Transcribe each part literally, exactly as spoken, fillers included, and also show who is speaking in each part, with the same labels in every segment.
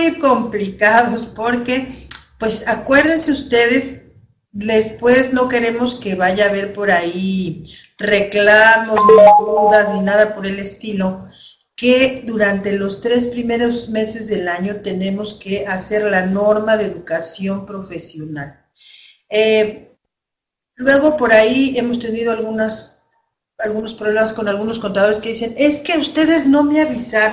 Speaker 1: muy complicados porque, pues acuérdense ustedes, después no queremos que vaya a haber por ahí reclamos, ni dudas, ni nada por el estilo, que durante los tres primeros meses del año tenemos que hacer la norma de educación profesional. Eh, luego por ahí hemos tenido algunas, algunos problemas con algunos contadores que dicen, es que ustedes no me avisaron,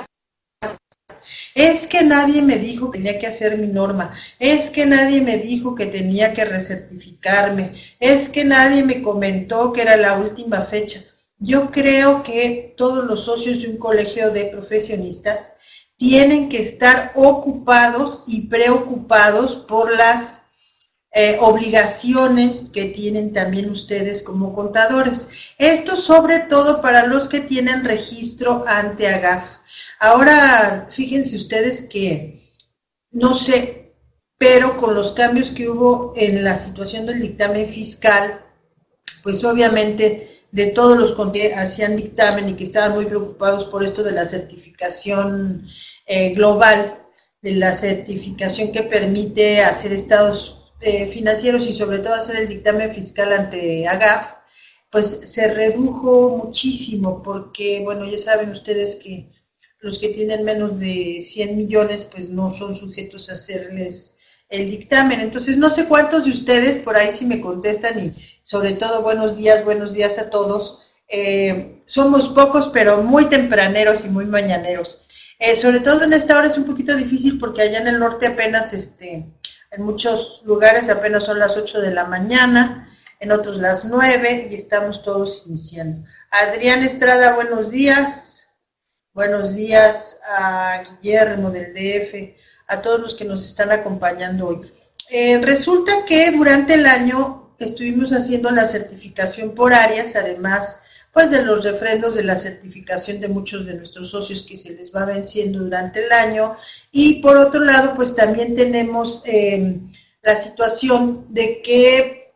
Speaker 1: es que nadie me dijo que tenía que hacer mi norma, es que nadie me dijo que tenía que recertificarme, es que nadie me comentó que era la última fecha. Yo creo que todos los socios de un colegio de profesionistas tienen que estar ocupados y preocupados por las eh, obligaciones que tienen también ustedes como contadores. Esto sobre todo para los que tienen registro ante AGAF. Ahora, fíjense ustedes que, no sé, pero con los cambios que hubo en la situación del dictamen fiscal, pues obviamente de todos los que hacían dictamen y que estaban muy preocupados por esto de la certificación eh, global, de la certificación que permite hacer estados eh, financieros y sobre todo hacer el dictamen fiscal ante AGAF, pues se redujo muchísimo porque, bueno, ya saben ustedes que los que tienen menos de cien millones, pues no son sujetos a hacerles el dictamen. Entonces, no sé cuántos de ustedes, por ahí si me contestan, y sobre todo buenos días, buenos días a todos. Eh, somos pocos, pero muy tempraneros y muy mañaneros. Eh, sobre todo en esta hora es un poquito difícil porque allá en el norte apenas, este, en muchos lugares apenas son las ocho de la mañana, en otros las nueve, y estamos todos iniciando. Adrián Estrada, buenos días. Buenos días a Guillermo del D F, a todos los que nos están acompañando hoy. Eh, resulta que durante el año estuvimos haciendo la certificación por áreas, además pues de los refrendos de la certificación de muchos de nuestros socios que se les va venciendo durante el año, y por otro lado pues también tenemos eh, la situación de que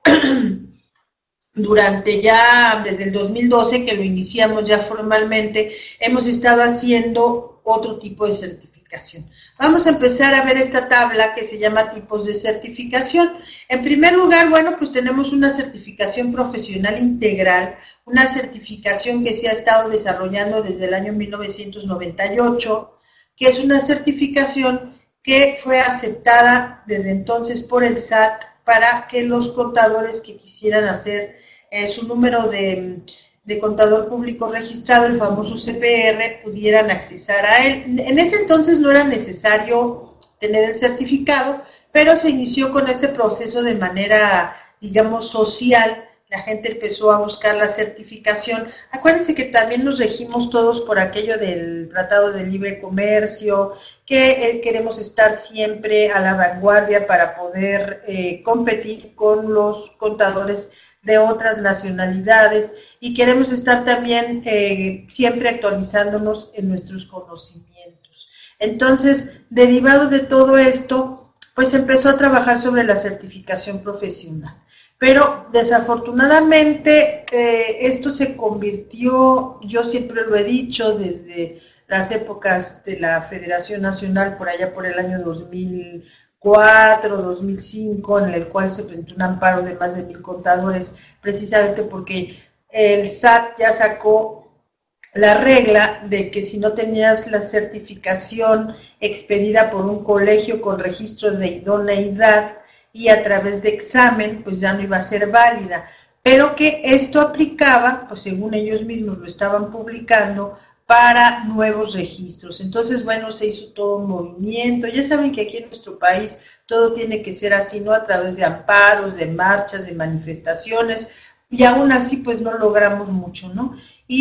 Speaker 1: durante ya, desde el dos mil doce, que lo iniciamos ya formalmente, hemos estado haciendo otro tipo de certificación. Vamos a empezar a ver esta tabla que se llama tipos de certificación. En primer lugar, bueno, pues tenemos una certificación profesional integral, una certificación que se ha estado desarrollando desde el año mil novecientos noventa y ocho, que es una certificación que fue aceptada desde entonces por el S A T para que los contadores que quisieran hacer eh, su número de, de contador público registrado, el famoso C P R, pudieran accesar a él. En ese entonces no era necesario tener el certificado, pero se inició con este proceso de manera, digamos, social. La gente empezó a buscar la certificación. Acuérdense que también nos regimos todos por aquello del Tratado de Libre Comercio, que eh, queremos estar siempre a la vanguardia para poder eh, competir con los contadores de otras nacionalidades, y queremos estar también eh, siempre actualizándonos en nuestros conocimientos. Entonces, derivado de todo esto, pues empezó a trabajar sobre la certificación profesional. Pero desafortunadamente eh, esto se convirtió, yo siempre lo he dicho, desde las épocas de la Federación Nacional, por allá por el año dos mil cuatro, dos mil cinco, en el cual se presentó un amparo de más de mil contadores, precisamente porque el S A T ya sacó la regla de que si no tenías la certificación expedida por un colegio con registro de idoneidad y a través de examen, pues ya no iba a ser válida, pero que esto aplicaba, pues según ellos mismos lo estaban publicando, para nuevos registros. Entonces, bueno, se hizo todo un movimiento. Ya saben que aquí en nuestro país todo tiene que ser así, ¿no? A través de amparos, de marchas, de manifestaciones, y aún así, pues no logramos mucho, ¿no?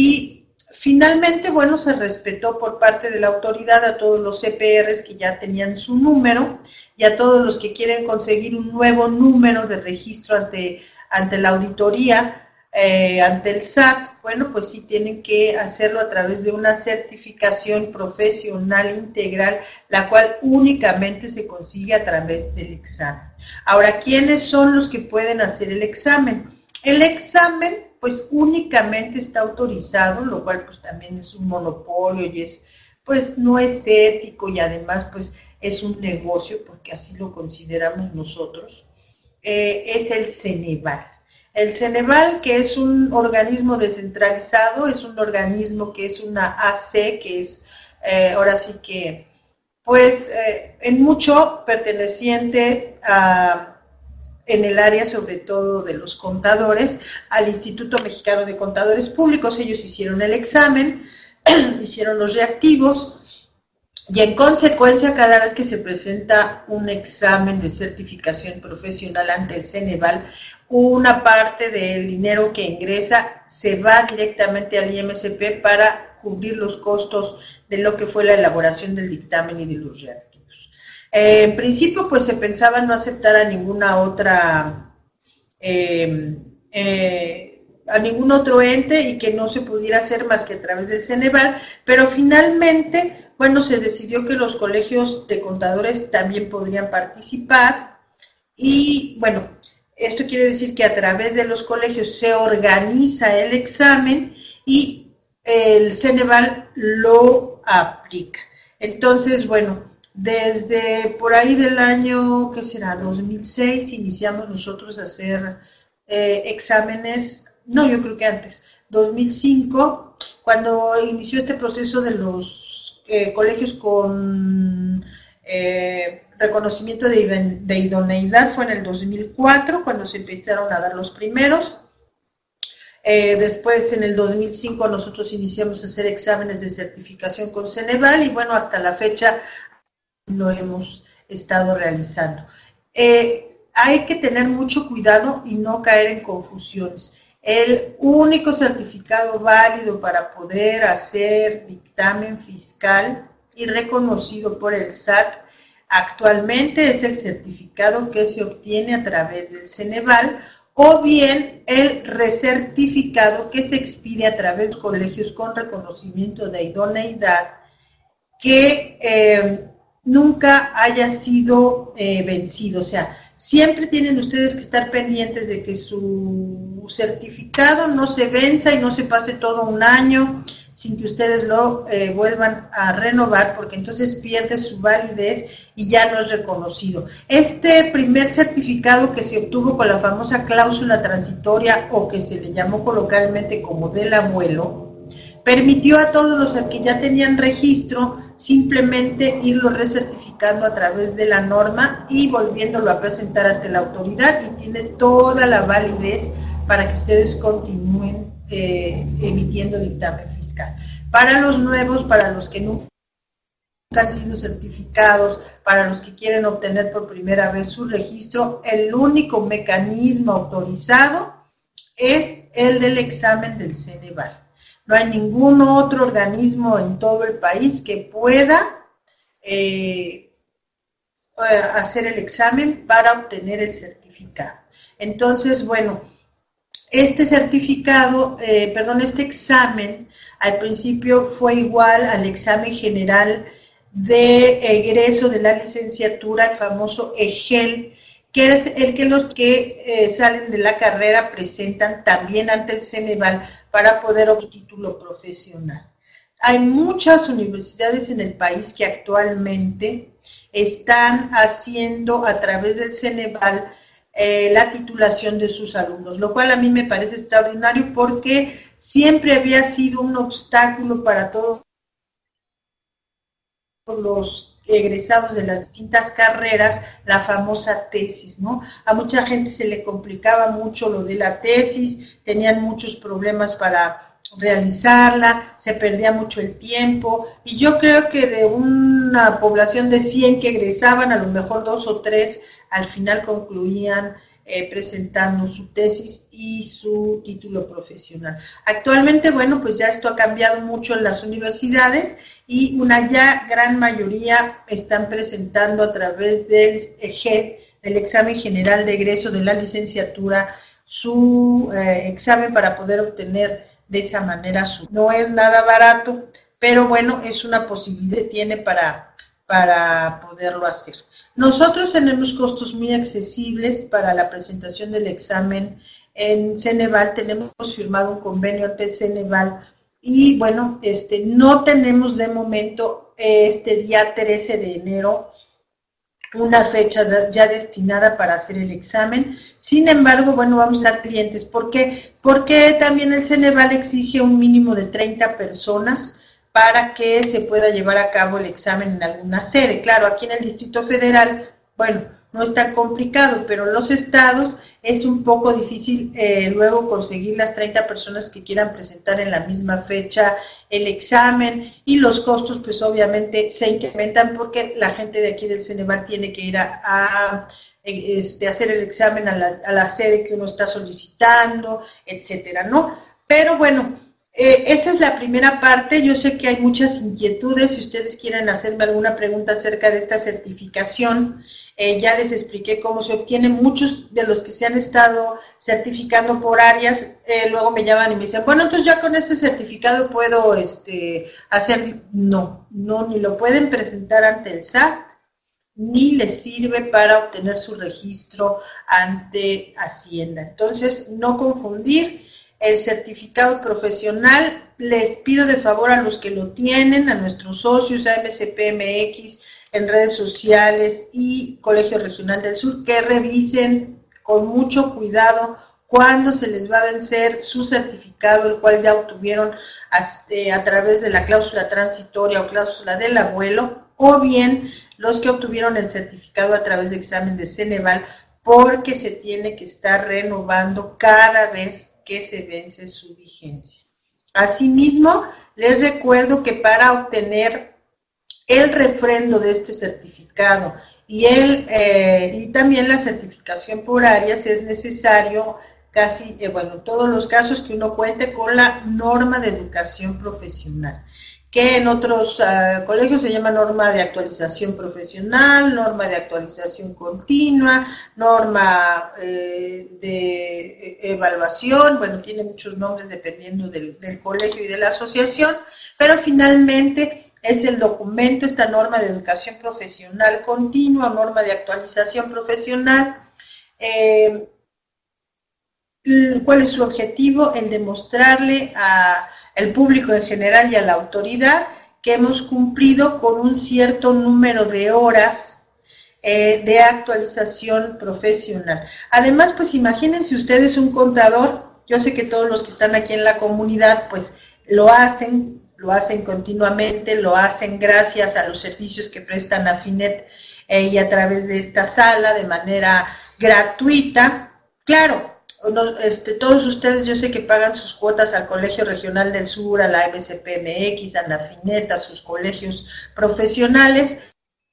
Speaker 1: Y finalmente, bueno, se respetó por parte de la autoridad a todos los C P Rs que ya tenían su número, y a todos los que quieren conseguir un nuevo número de registro ante, ante la auditoría, eh, ante el S A T, bueno, pues sí tienen que hacerlo a través de una certificación profesional integral, la cual únicamente se consigue a través del examen. Ahora, ¿quiénes son los que pueden hacer el examen? El examen, pues únicamente está autorizado, lo cual pues también es un monopolio y es, pues no es ético, y además pues es un negocio, porque así lo consideramos nosotros, eh, es el Ceneval. El Ceneval, que es un organismo descentralizado, es un organismo que es una A C, que es eh, ahora sí que, pues, eh, en mucho perteneciente a, en el área sobre todo de los contadores, al Instituto Mexicano de Contadores Públicos. Ellos hicieron el examen, hicieron los reactivos, y en consecuencia, cada vez que se presenta un examen de certificación profesional ante el Ceneval, una parte del dinero que ingresa se va directamente al I M C P para cubrir los costos de lo que fue la elaboración del dictamen y de los reactivos. Eh, en principio, pues se pensaba no aceptar a ninguna otra, eh, eh, a ningún otro ente y que no se pudiera hacer más que a través del Ceneval, pero finalmente, bueno, se decidió que los colegios de contadores también podrían participar y, bueno, esto quiere decir que a través de los colegios se organiza el examen y el Ceneval lo aplica. Entonces, bueno, desde por ahí del año, ¿qué será? dos mil seis, iniciamos nosotros a hacer eh, exámenes, no, yo creo que antes, dos mil cinco, cuando inició este proceso de los Eh, colegios con eh, reconocimiento de, de idoneidad, fue en el dos mil cuatro cuando se empezaron a dar los primeros. Eh, después en el dos mil cinco nosotros iniciamos a hacer exámenes de certificación con Ceneval y bueno, hasta la fecha lo hemos estado realizando. Eh, hay que tener mucho cuidado y no caer en confusiones. El único certificado válido para poder hacer dictamen fiscal y reconocido por el S A T actualmente es el certificado que se obtiene a través del Ceneval o bien el recertificado que se expide a través de colegios con reconocimiento de idoneidad que eh, nunca haya sido eh, vencido. O sea, siempre tienen ustedes que estar pendientes de que su certificado no se venza y no se pase todo un año sin que ustedes lo eh, vuelvan a renovar, porque entonces pierde su validez y ya no es reconocido. Este primer certificado que se obtuvo con la famosa cláusula transitoria o que se le llamó coloquialmente como del abuelo, permitió a todos los que ya tenían registro simplemente irlo recertificando a través de la norma y volviéndolo a presentar ante la autoridad y tiene toda la validez para que ustedes continúen eh, emitiendo dictamen fiscal. Para los nuevos, para los que nunca han sido certificados, para los que quieren obtener por primera vez su registro, el único mecanismo autorizado es el del examen del Ceneval. No hay ningún otro organismo en todo el país que pueda eh, hacer el examen para obtener el certificado. Entonces, bueno, este certificado, eh, perdón, este examen al principio fue igual al examen general de egreso de la licenciatura, el famoso EGEL, que es el que los que eh, salen de la carrera presentan también ante el Ceneval para poder obtener un título profesional. Hay muchas universidades en el país que actualmente están haciendo a través del Ceneval eh, la titulación de sus alumnos, lo cual a mí me parece extraordinario porque siempre había sido un obstáculo para todos los egresados de las distintas carreras, la famosa tesis, ¿no? A mucha gente se le complicaba mucho lo de la tesis, tenían muchos problemas para realizarla, se perdía mucho el tiempo, y yo creo que de una población de cien que egresaban, a lo mejor dos o tres al final concluían eh, presentando su tesis y su título profesional. Actualmente, bueno, pues ya esto ha cambiado mucho en las universidades, y una ya gran mayoría están presentando a través del EGEL, del examen general de egreso de la licenciatura, su eh, examen para poder obtener de esa manera su. No es nada barato, pero bueno, es una posibilidad que tiene para, para poderlo hacer. Nosotros tenemos costos muy accesibles para la presentación del examen en Ceneval, tenemos firmado un convenio ante el Ceneval. Y bueno, este, no tenemos de momento este día trece de enero una fecha ya destinada para hacer el examen. Sin embargo, bueno, vamos a dar clientes. ¿Por qué? Porque también el Ceneval exige un mínimo de treinta personas para que se pueda llevar a cabo el examen en alguna sede. Claro, aquí en el Distrito Federal, bueno, no es tan complicado, pero en los estados es un poco difícil eh, luego conseguir las treinta personas que quieran presentar en la misma fecha el examen, y los costos pues obviamente se incrementan porque la gente de aquí del Ceneval tiene que ir a, a este, hacer el examen a la, a la sede que uno está solicitando, etcétera, ¿no? Pero bueno, eh, esa es la primera parte. Yo sé que hay muchas inquietudes. Si ustedes quieren hacerme alguna pregunta acerca de esta certificación, Eh, ya les expliqué cómo se obtiene. Muchos de los que se han estado certificando por áreas, eh, luego me llaman y me dicen, bueno, entonces ya con este certificado puedo este, hacer, no, no, ni lo pueden presentar ante el S A T, ni les sirve para obtener su registro ante Hacienda. Entonces, no confundir el certificado profesional. Les pido de favor a los que lo tienen, a nuestros socios, a M C P M X, en redes sociales y Colegio Regional del Sur, que revisen con mucho cuidado cuándo se les va a vencer su certificado, el cual ya obtuvieron hasta, a través de la cláusula transitoria o cláusula del abuelo, o bien los que obtuvieron el certificado a través de examen de Ceneval, porque se tiene que estar renovando cada vez que se vence su vigencia. Asimismo, les recuerdo que para obtener el refrendo de este certificado y, el, eh, y también la certificación por áreas es necesario casi, eh, bueno, en todos los casos que uno cuente con la norma de educación profesional, que en otros uh, colegios se llama norma de actualización profesional, norma de actualización continua, norma eh, de evaluación, bueno, tiene muchos nombres dependiendo del, del colegio y de la asociación, pero finalmente es el documento, esta norma de educación profesional continua, norma de actualización profesional. Eh, ¿Cuál es su objetivo? El demostrarle al público en general y a la autoridad que hemos cumplido con un cierto número de horas eh, de actualización profesional. Además, pues imagínense ustedes un contador. Yo sé que todos los que están aquí en la comunidad pues lo hacen, lo hacen continuamente, lo hacen gracias a los servicios que prestan Afinet eh, y a través de esta sala de manera gratuita. Claro, no, este, todos ustedes yo sé que pagan sus cuotas al Colegio Regional del Sur, a la M C P M X, a Afinet, a sus colegios profesionales,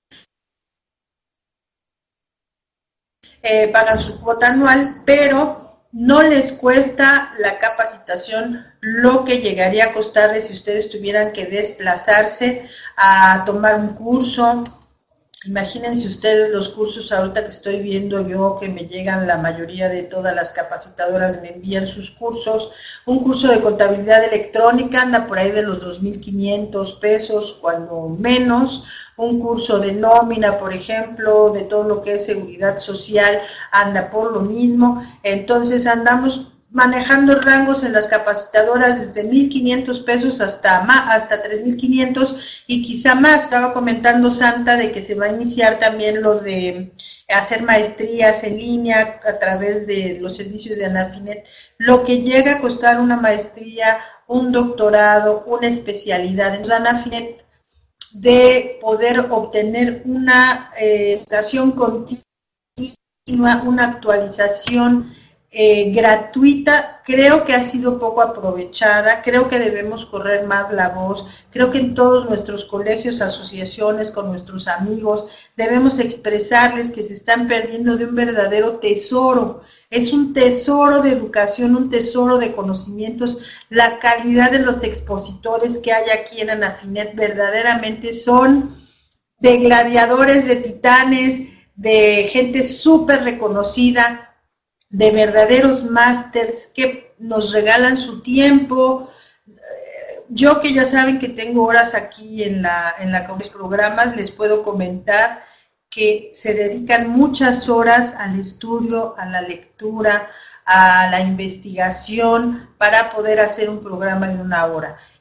Speaker 1: eh, pagan su cuota anual, pero no les cuesta la capacitación lo que llegaría a costarles si ustedes tuvieran que desplazarse a tomar un curso. Imagínense ustedes los cursos ahorita que estoy viendo yo, que me llegan, la mayoría de todas las capacitadoras me envían sus cursos. Un curso de contabilidad electrónica anda por ahí de los dos mil quinientos pesos, cuando menos. Un curso de nómina, por ejemplo, de todo lo que es seguridad social, anda por lo mismo. Entonces andamos manejando rangos en las capacitadoras desde mil quinientos pesos hasta, hasta tres mil quinientos y quizá más. Estaba comentando Santa de que se va a iniciar también lo de hacer maestrías en línea a través de los servicios de Anafinet, lo que llega a costar una maestría, un doctorado, una especialidad en Anafinet, de poder obtener una eh, educación continua, una actualización Eh, gratuita. Creo que ha sido poco aprovechada, creo que debemos correr más la voz, creo que en todos nuestros colegios, asociaciones, con nuestros amigos, debemos expresarles que se están perdiendo de un verdadero tesoro. Es un tesoro de educación, un tesoro de conocimientos. La calidad de los expositores que hay aquí en Anafinet verdaderamente son de gladiadores, de titanes, de gente súper reconocida, de verdaderos másters que nos regalan su tiempo. Yo, que ya saben que tengo horas aquí en la en la en los programas, les puedo comentar que se dedican muchas horas al estudio, a la lectura, a la investigación para poder hacer un programa de una hora.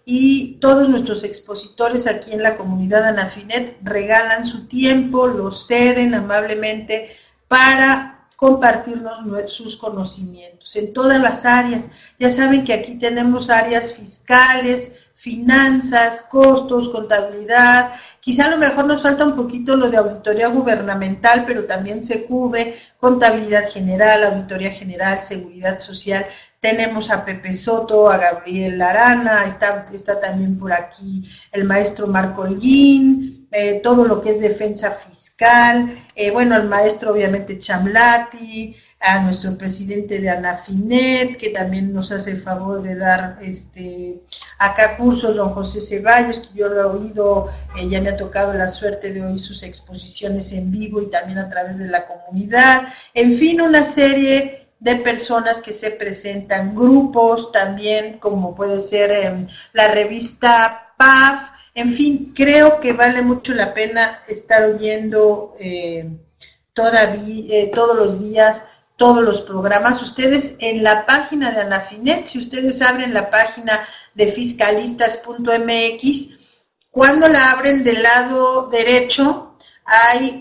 Speaker 1: y todos nuestros expositores aquí en la comunidad Anafinet regalan su tiempo, lo ceden amablemente para compartirnos sus conocimientos en todas las áreas. Ya saben que aquí tenemos áreas fiscales, finanzas, costos, contabilidad. Quizá a lo mejor nos falta un poquito lo de auditoría gubernamental, pero también se cubre contabilidad general, auditoría general, seguridad social. Tenemos a Pepe Soto, a Gabriel Arana, está, está también por aquí el maestro Marco Holguín, eh, todo lo que es defensa fiscal, eh, bueno, el maestro obviamente Chamlati, a nuestro presidente de Anafinet, que también nos hace el favor de dar este acá cursos, don José Ceballos, que yo lo he oído, eh, ya me ha tocado la suerte de oír sus exposiciones en vivo y también a través de la comunidad, en fin, una serie de personas que se presentan, grupos también, como puede ser eh, la revista P A F, en fin, creo que vale mucho la pena estar oyendo eh, todavía, eh, todos los días, todos los programas. Ustedes en la página de Anafinet, si ustedes abren la página de fiscalistas punto m x, cuando la abren del lado derecho, hay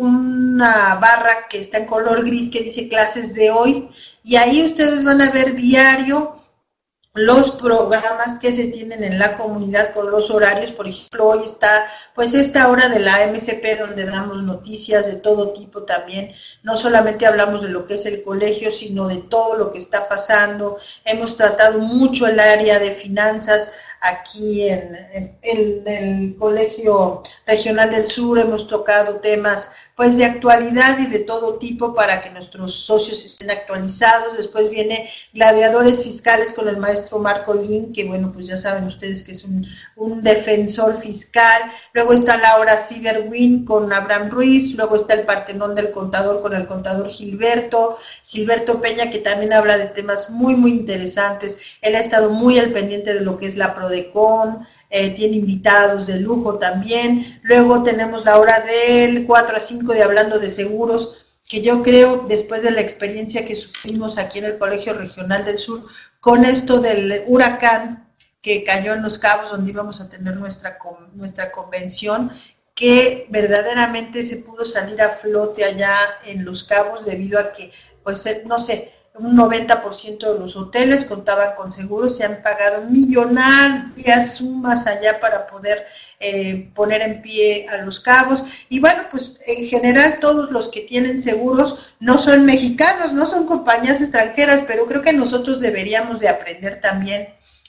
Speaker 1: una barra que está en color gris que dice clases de hoy, y ahí ustedes van a ver diario los programas que se tienen en la comunidad con los horarios. Por ejemplo, hoy está pues esta hora de la M C P, donde damos noticias de todo tipo también, no solamente hablamos de lo que es el colegio, sino de todo lo que está pasando. Hemos tratado mucho el área de finanzas aquí en, en, en el Colegio Regional del Sur, hemos tocado temas pues de actualidad y de todo tipo para que nuestros socios estén actualizados. Después viene Gladiadores Fiscales con el maestro Marco Holguín, que bueno, pues ya saben ustedes que es un, un defensor fiscal. Luego está la hora Cyberwin con Abraham Ruiz, luego está el Partenón del Contador con el contador Gilberto, Gilberto Peña, que también habla de temas muy, muy interesantes. Él ha estado muy al pendiente de lo que es la Prodecon, Eh, tiene invitados de lujo también. Luego tenemos la hora del cuatro a cinco de Hablando de Seguros, que yo creo, después de la experiencia que sufrimos aquí en el Colegio Regional del Sur, con esto del huracán que cayó en Los Cabos, donde íbamos a tener nuestra, nuestra convención, que verdaderamente se pudo salir a flote allá en Los Cabos debido a que, pues, no sé, un noventa por ciento de los hoteles contaban con seguros, se han pagado millonarias sumas allá para poder eh, poner en pie a Los Cabos, y bueno, pues en general todos los que tienen seguros no son mexicanos, no son compañías extranjeras, pero creo que nosotros deberíamos de aprender también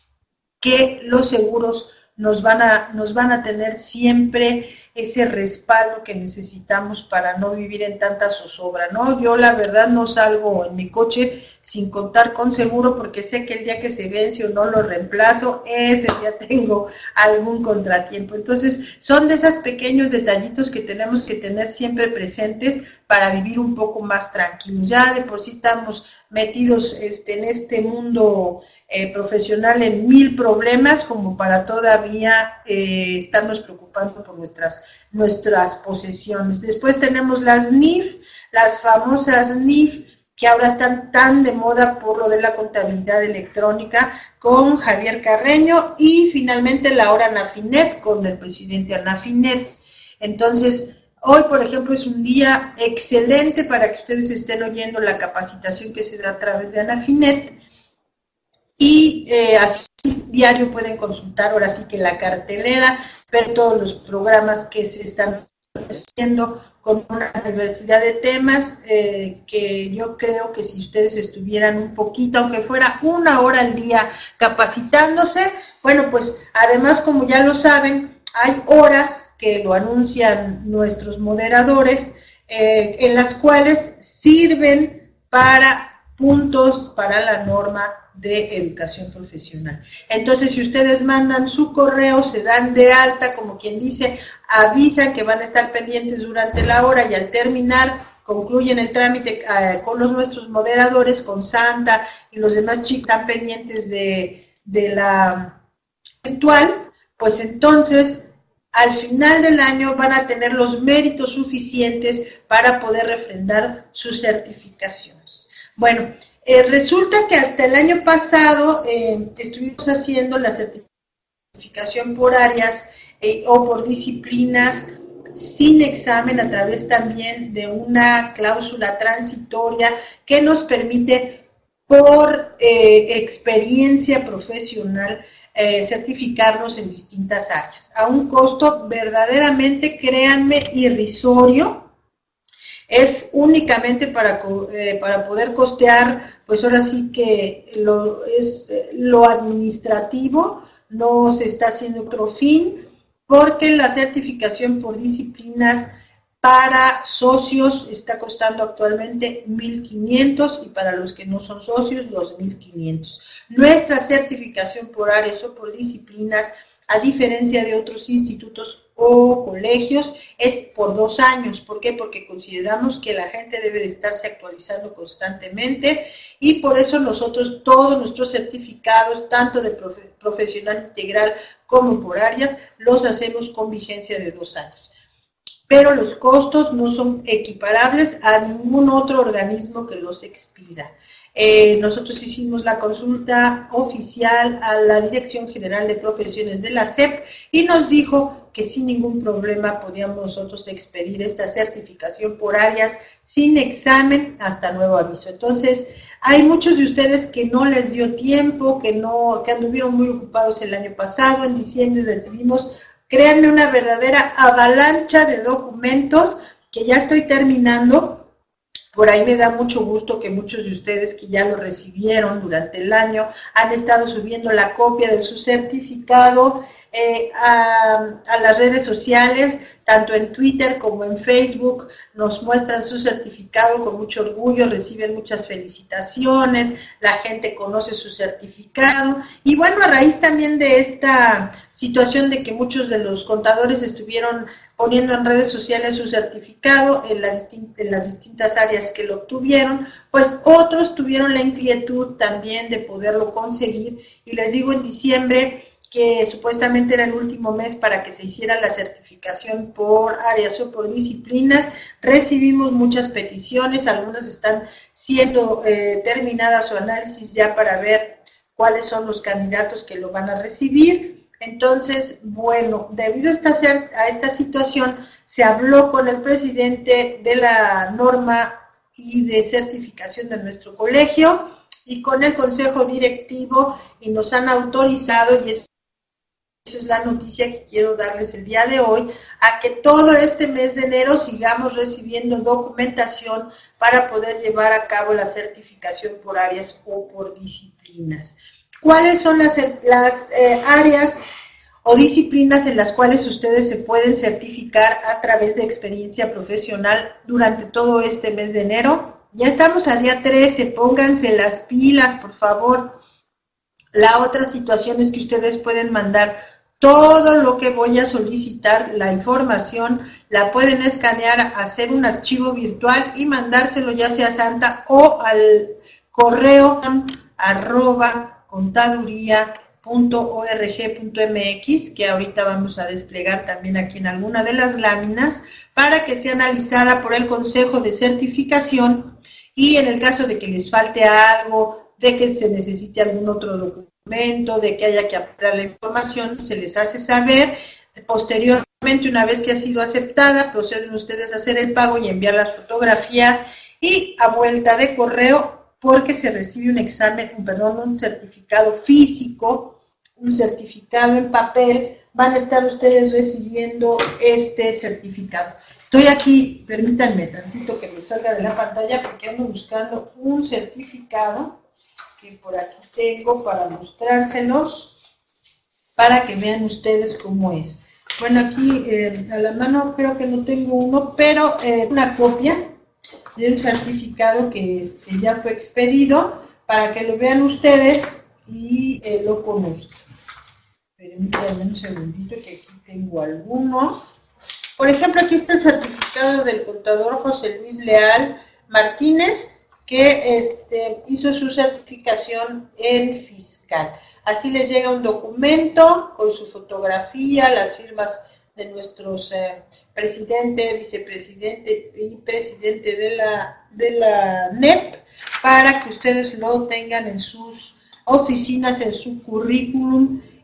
Speaker 1: que los seguros nos van a, nos van a tener siempre ese respaldo que necesitamos para no vivir en tanta zozobra, ¿no? Yo la verdad no salgo en mi coche sin contar con seguro, porque sé que el día que se vence o no lo reemplazo, ese día tengo algún contratiempo. Entonces, son de esos pequeños detallitos que tenemos que tener siempre presentes para vivir un poco más tranquilos. Ya de por sí estamos metidos este, en este mundo eh, profesional en mil problemas, como para todavía eh, estarnos preocupando por nuestras, nuestras posesiones. Después tenemos las N I F, las famosas N I F, que ahora están tan de moda por lo de la contabilidad electrónica, con Javier Carreño, y finalmente la hora Anafinet con el presidente Anafinet. Entonces, hoy, por ejemplo, es un día excelente para que ustedes estén oyendo la capacitación que se da a través de Anafinet, y eh, así diario pueden consultar ahora sí que la cartelera, ver todos los programas que se están haciendo con una diversidad de temas eh, que yo creo que si ustedes estuvieran un poquito, aunque fuera una hora al día capacitándose, bueno, pues además, como ya lo saben, hay horas que lo anuncian nuestros moderadores, eh, en las cuales sirven para puntos para la norma de educación profesional. Entonces, si ustedes mandan su correo, se dan de alta, como quien dice, avisan que van a estar pendientes durante la hora, y al terminar concluyen el trámite eh, con los nuestros moderadores, con Santa y los demás chicos están pendientes de, de la virtual, pues entonces al final del año van a tener los méritos suficientes para poder refrendar sus certificaciones. Bueno, eh, resulta que hasta el año pasado eh, estuvimos haciendo la certificación certificación por áreas eh, o por disciplinas sin examen a través también de una cláusula transitoria que nos permite por eh, experiencia profesional eh, certificarnos en distintas áreas a un costo verdaderamente, créanme, irrisorio. Es únicamente para, eh, para poder costear, pues ahora sí que lo, es lo administrativo, no se está haciendo otro fin, porque la certificación por disciplinas para socios está costando actualmente mil quinientos y para los que no son socios dos mil quinientos. Nuestra certificación por áreas o por disciplinas, a diferencia de otros institutos o colegios, es por dos años. ¿Por qué? Porque consideramos que la gente debe de estarse actualizando constantemente y por eso nosotros todos nuestros certificados, tanto de profe- profesional integral como por áreas, los hacemos con vigencia de dos años. Pero los costos no son equiparables a ningún otro organismo que los expida. Eh, nosotros hicimos la consulta oficial a la Dirección General de Profesiones de la S E P y nos dijo que sin ningún problema podíamos nosotros expedir esta certificación por áreas sin examen hasta nuevo aviso. Entonces, hay muchos de ustedes que no les dio tiempo, que no, que anduvieron muy ocupados el año pasado. En diciembre recibimos, créanme, una verdadera avalancha de documentos que ya estoy terminando. Por ahí me da mucho gusto que muchos de ustedes que ya lo recibieron durante el año han estado subiendo la copia de su certificado eh, a, a las redes sociales, tanto en Twitter como en Facebook, nos muestran su certificado con mucho orgullo, reciben muchas felicitaciones, la gente conoce su certificado y bueno, a raíz también de esta situación de que muchos de los contadores estuvieron poniendo en redes sociales su certificado en, la distin- en las distintas áreas que lo obtuvieron, pues otros tuvieron la inquietud también de poderlo conseguir y les digo, en diciembre, que supuestamente era el último mes para que se hiciera la certificación por áreas o por disciplinas, recibimos muchas peticiones, algunas están siendo eh, terminadas su análisis ya para ver cuáles son los candidatos que lo van a recibir. Entonces, bueno, debido a esta, a esta situación, se habló con el presidente de la norma y de certificación de nuestro colegio y con el consejo directivo y nos han autorizado, y eso es la noticia que quiero darles el día de hoy, a que todo este mes de enero sigamos recibiendo documentación para poder llevar a cabo la certificación por áreas o por disciplinas. ¿Cuáles son las, las eh, áreas o disciplinas en las cuales ustedes se pueden certificar a través de experiencia profesional durante todo este mes de enero? Ya estamos al día trece, pónganse las pilas, por favor. La otra situación es que ustedes pueden mandar todo lo que voy a solicitar, la información, la pueden escanear, hacer un archivo virtual y mandárselo ya sea a Santa o al correo arroba contaduría punto org punto mx, que ahorita vamos a desplegar también aquí en alguna de las láminas, para que sea analizada por el Consejo de Certificación y en el caso de que les falte algo, de que se necesite algún otro documento, de que haya que ampliar la información, se les hace saber. Posteriormente, una vez que ha sido aceptada, proceden ustedes a hacer el pago y enviar las fotografías y a vuelta de correo, porque se recibe un examen, perdón, un certificado físico, un certificado en papel, van a estar ustedes recibiendo este certificado. Estoy aquí, permítanme tantito que me salga de la pantalla porque ando buscando un certificado que por aquí tengo para mostrárselos, para que vean ustedes cómo es. Bueno, aquí eh, a la mano creo que no tengo uno, pero eh, una copia de un certificado que este, ya fue expedido para que lo vean ustedes y eh, lo conozcan. Permítanme un segundito que aquí tengo alguno. Por ejemplo, aquí está el certificado del contador José Luis Leal Martínez, que este, hizo su certificación en fiscal. Así les llega un documento con su fotografía, las firmas de nuestros eh, presidente, vicepresidente y presidente de la, de la N E P, para que ustedes lo tengan en sus oficinas, en su currículum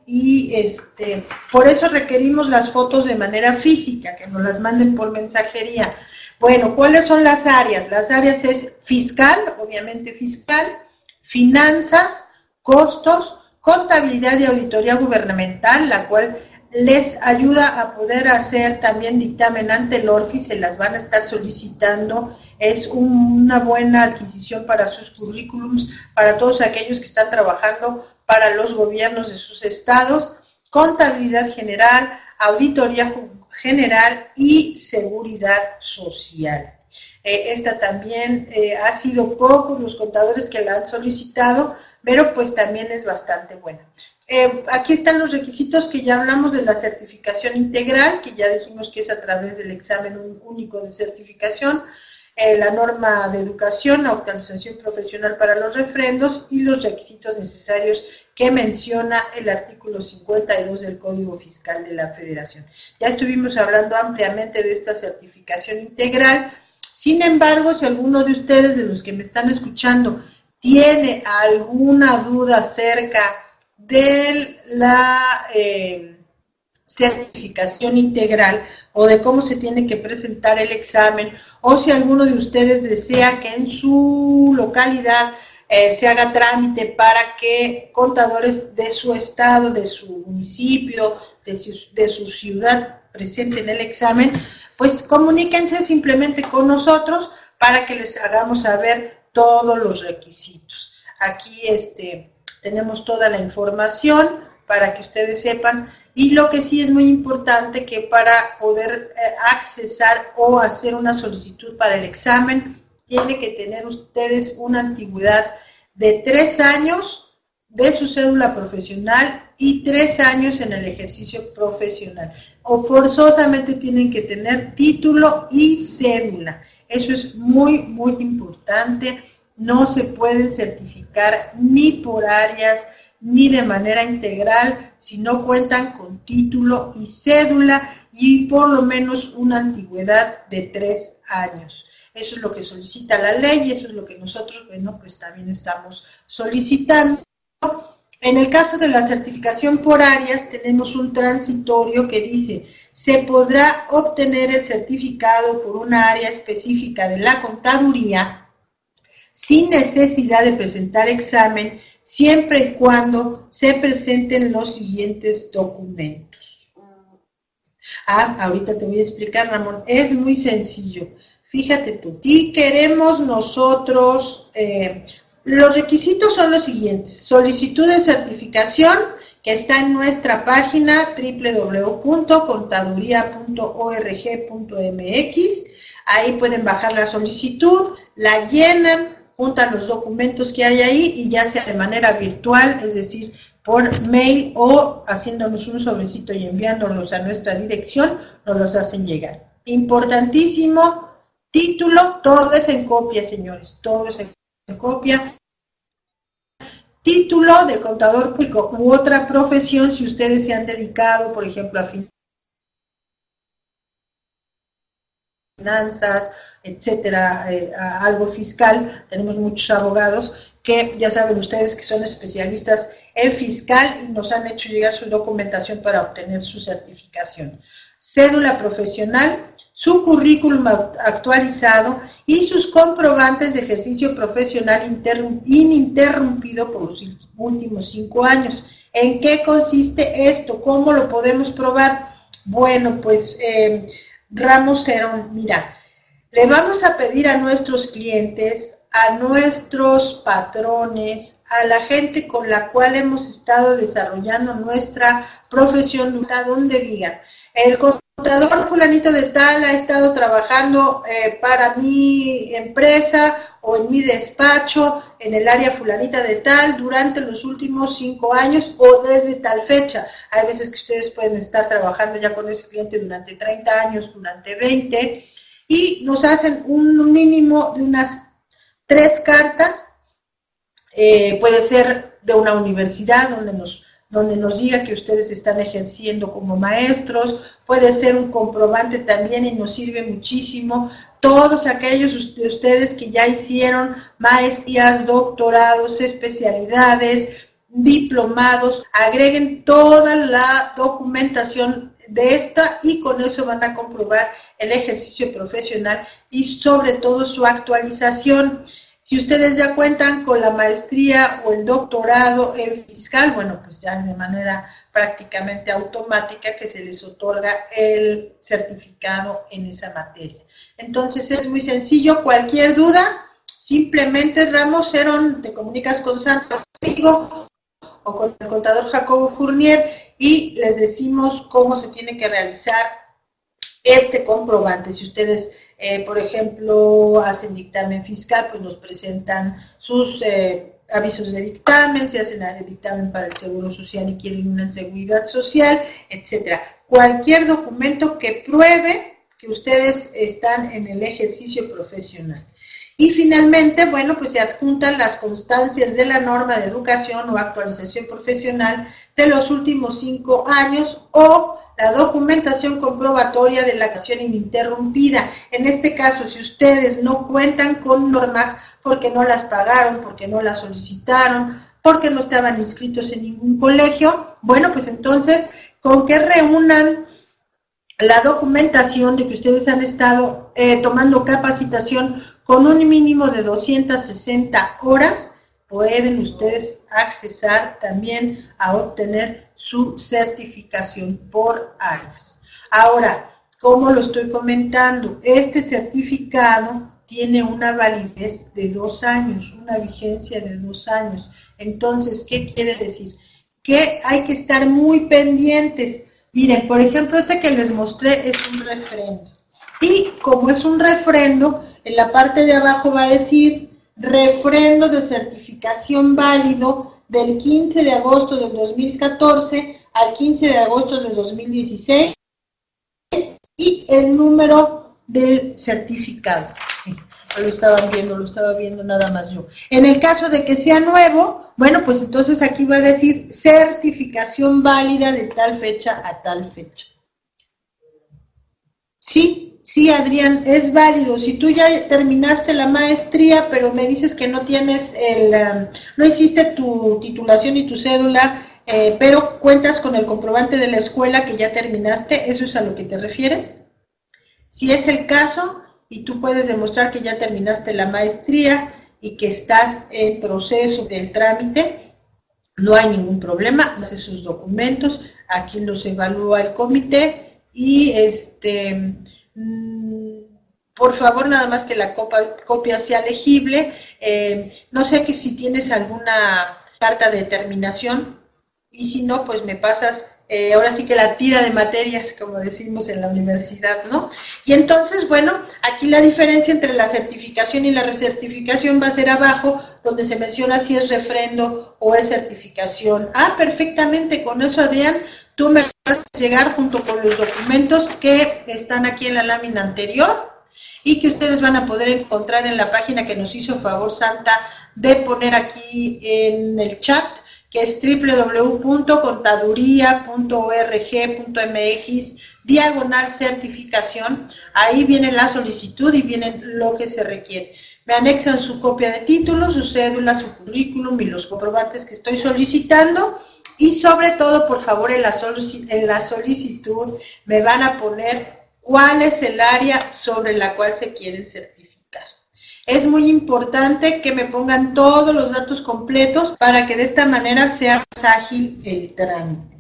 Speaker 1: y este, por eso requerimos las fotos de manera física, que nos las manden por mensajería. Bueno, ¿cuáles son las áreas? Las áreas es fiscal, obviamente fiscal, finanzas, costos, contabilidad y auditoría gubernamental, la cual les ayuda a poder hacer también dictamen ante el ORFI, se las van a estar solicitando, es un, una buena adquisición para sus currículums, para todos aquellos que están trabajando para los gobiernos de sus estados, contabilidad general, auditoría general y seguridad social. Eh, esta también eh, ha sido pocos los contadores que la han solicitado, pero pues también es bastante buena. Eh, aquí están los requisitos que ya hablamos de la certificación integral, que ya dijimos que es a través del examen único de certificación, eh, la norma de educación, la actualización profesional para los refrendos y los requisitos necesarios que menciona el artículo cincuenta y dos del Código Fiscal de la Federación. Ya estuvimos hablando ampliamente de esta certificación integral. Sin embargo, si alguno de ustedes, de los que me están escuchando, tiene alguna duda acerca de la eh, certificación integral o de cómo se tiene que presentar el examen, o si alguno de ustedes desea que en su localidad eh, se haga trámite para que contadores de su estado, de su municipio, de su, de su ciudad presenten el examen, pues comuníquense simplemente con nosotros para que les hagamos saber todos los requisitos. Aquí este, tenemos toda la información para que ustedes sepan, y lo que sí es muy importante que para poder eh, accesar o hacer una solicitud para el examen, tiene que tener ustedes una antigüedad de tres años de su cédula profesional y tres años en el ejercicio profesional, o forzosamente tienen que tener título y cédula. Eso es muy, muy importante. No se pueden certificar ni por áreas ni de manera integral si no cuentan con título y cédula y por lo menos una antigüedad de tres años. Eso es lo que solicita la ley y eso es lo que nosotros, bueno, pues también estamos solicitando. En el caso de la certificación por áreas tenemos un transitorio que dice: se podrá obtener el certificado por una área específica de la contaduría sin necesidad de presentar examen, siempre y cuando se presenten los siguientes documentos. Ah, ahorita te voy a explicar, Ramón, es muy sencillo. Fíjate tú, y queremos nosotros, eh, los requisitos son los siguientes: solicitud de certificación, que está en nuestra página doble u doble u doble u punto contaduría punto org punto m x, ahí pueden bajar la solicitud, la llenan, juntan los documentos que hay ahí y ya sea de manera virtual, es decir, por mail o haciéndonos un sobrecito y enviándolos a nuestra dirección, nos los hacen llegar. Importantísimo, título, todo es en copia, señores, todo es en copia. Título de contador público u otra profesión, si ustedes se han dedicado, por ejemplo, a finanzas, etcétera, eh, a algo fiscal. Tenemos muchos abogados que ya saben ustedes que son especialistas en fiscal y nos han hecho llegar su documentación para obtener su certificación. Cédula profesional, su currículum actualizado y sus comprobantes de ejercicio profesional ininterrumpido por los últimos cinco años. ¿En qué consiste esto? ¿Cómo lo podemos probar? Bueno, pues eh, Ramos Cerón, mira, le vamos a pedir a nuestros clientes, a nuestros patrones, a la gente con la cual hemos estado desarrollando nuestra profesión, a donde digan, el contador fulanito de tal ha estado trabajando eh, para mi empresa o en mi despacho en el área fulanita de tal durante los últimos cinco años o desde tal fecha. Hay veces que ustedes pueden estar trabajando ya con ese cliente durante treinta años, durante veinte, y nos hacen un mínimo de unas tres cartas, eh, puede ser de una universidad donde nos, donde nos diga que ustedes están ejerciendo como maestros, puede ser un comprobante también y nos sirve muchísimo. Todos aquellos de ustedes que ya hicieron maestrías, doctorados, especialidades, diplomados, agreguen toda la documentación de esta y con eso van a comprobar el ejercicio profesional y sobre todo su actualización. Si ustedes ya cuentan con la maestría o el doctorado en fiscal, bueno, pues ya es de manera prácticamente automática que se les otorga el certificado en esa materia. Entonces es muy sencillo, cualquier duda, simplemente Ramos Cerón, te comunicas con Santo Amigo o con el contador Jacobo Fournier y les decimos cómo se tiene que realizar este comprobante. Si ustedes, eh, por ejemplo, hacen dictamen fiscal, pues nos presentan sus eh, avisos de dictamen, si hacen el dictamen para el Seguro Social y quieren una seguridad social, etcétera. Cualquier documento que pruebe que ustedes están en el ejercicio profesional. Y finalmente, bueno, pues se adjuntan las constancias de la norma de educación o actualización profesional de los últimos cinco años o la documentación comprobatoria de la acción ininterrumpida. En este caso, si ustedes no cuentan con normas porque no las pagaron, porque no las solicitaron, porque no estaban inscritos en ningún colegio, bueno, pues entonces, con que reúnan la documentación de que ustedes han estado eh, tomando capacitación con un mínimo de doscientas sesenta horas, pueden ustedes accesar también a obtener su certificación por áreas. Ahora, como lo estoy comentando, este certificado tiene una validez de dos años, una vigencia de dos años. Entonces, ¿qué quiere decir? Que hay que estar muy pendientes. Miren, por ejemplo, este que les mostré es un refrendo. Y como es un refrendo, en la parte de abajo va a decir refrendo de certificación válido del quince de agosto del dos mil catorce al quince de agosto del dos mil dieciséis y el número del certificado. Lo estaban viendo, lo estaba viendo nada más yo. En el caso de que sea nuevo, bueno, pues entonces aquí va a decir certificación válida de tal fecha a tal fecha. Sí, sí, Adrián, es válido. Si tú ya terminaste la maestría, pero me dices que no tienes el, um, no hiciste tu titulación y tu cédula, eh, pero cuentas con el comprobante de la escuela que ya terminaste, ¿eso es a lo que te refieres? Si es el caso, y tú puedes demostrar que ya terminaste la maestría y que estás en proceso del trámite, no hay ningún problema, hace sus documentos, aquí los evalúa el comité y este, mmm, por favor nada más que la copia, copia sea legible, eh, no sé que si tienes alguna carta de terminación y si no, pues me pasas Eh, ahora sí que la tira de materias, como decimos en la universidad, ¿no? Y entonces, bueno, aquí la diferencia entre la certificación y la recertificación va a ser abajo, donde se menciona si es refrendo o es certificación. Ah, perfectamente, con eso, Adrián, tú me vas a llegar junto con los documentos que están aquí en la lámina anterior y que ustedes van a poder encontrar en la página que nos hizo favor Santa de poner aquí en el chat, que es doble u doble u doble u punto contaduría punto org punto mx diagonal certificación. Ahí viene la solicitud y viene lo que se requiere. Me anexan su copia de título, su cédula, su currículum y los comprobantes que estoy solicitando. Y sobre todo, por favor, en la, solic- en la solicitud me van a poner cuál es el área sobre la cual se quieren certificar. Es muy importante que me pongan todos los datos completos para que de esta manera sea más ágil el trámite.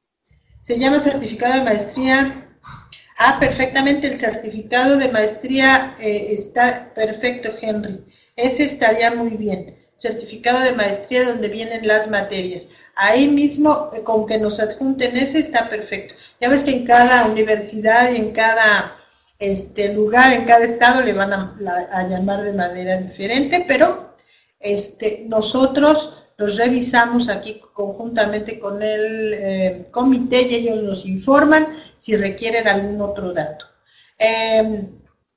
Speaker 1: Se llama certificado de maestría. Ah, perfectamente, el certificado de maestría eh, está perfecto, Henry. Ese estaría muy bien. Certificado de maestría donde vienen las materias. Ahí mismo, eh, con que nos adjunten ese, está perfecto. Ya ves que en cada universidad y en cada este lugar, en cada estado le van a, la, a llamar de manera diferente, pero este, nosotros los revisamos aquí conjuntamente con el eh, comité y ellos nos informan si requieren algún otro dato. Eh,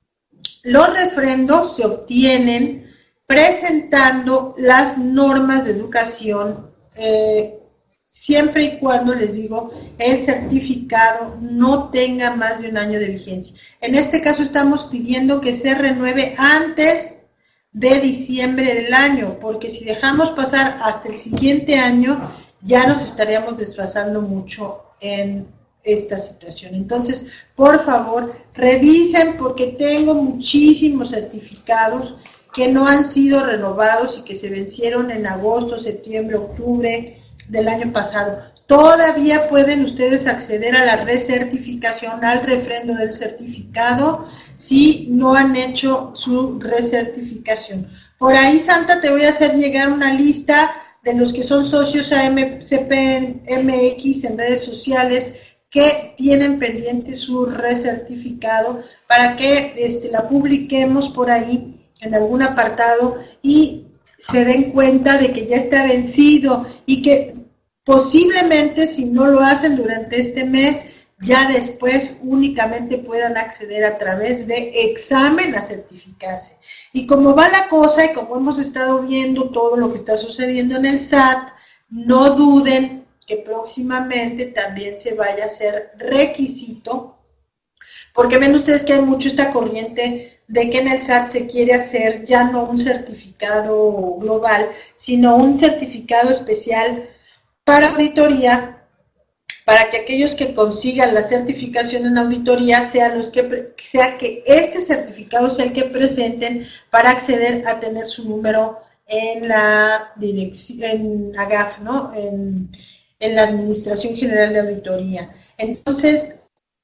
Speaker 1: los refrendos se obtienen presentando las normas de educación eh, siempre y cuando, les digo, el certificado no tenga más de un año de vigencia. En este caso estamos pidiendo que se renueve antes de diciembre del año, porque si dejamos pasar hasta el siguiente año, ya nos estaríamos desfasando mucho en esta situación. Entonces, por favor, revisen, porque tengo muchísimos certificados que no han sido renovados y que se vencieron en agosto, septiembre, octubre del año pasado. Todavía pueden ustedes acceder a la recertificación, al refrendo del certificado, si no han hecho su recertificación. Por ahí, Santa, te voy a hacer llegar una lista de los que son socios a M C P M X en redes sociales que tienen pendiente su recertificado, para que este, la publiquemos por ahí en algún apartado y se den cuenta de que ya está vencido y que posiblemente, si no lo hacen durante este mes, ya después únicamente puedan acceder a través de examen a certificarse. Y como va la cosa y como hemos estado viendo todo lo que está sucediendo en el S A T, no duden que próximamente también se vaya a hacer requisito, porque ven ustedes que hay mucho esta corriente de que en el S A T se quiere hacer ya no un certificado global, sino un certificado especial para auditoría, para que aquellos que consigan la certificación en auditoría sean los que, sea que este certificado sea el que presenten para acceder a tener su número en la dirección, en A G A F, ¿no? En, en la Administración General de Auditoría. Entonces,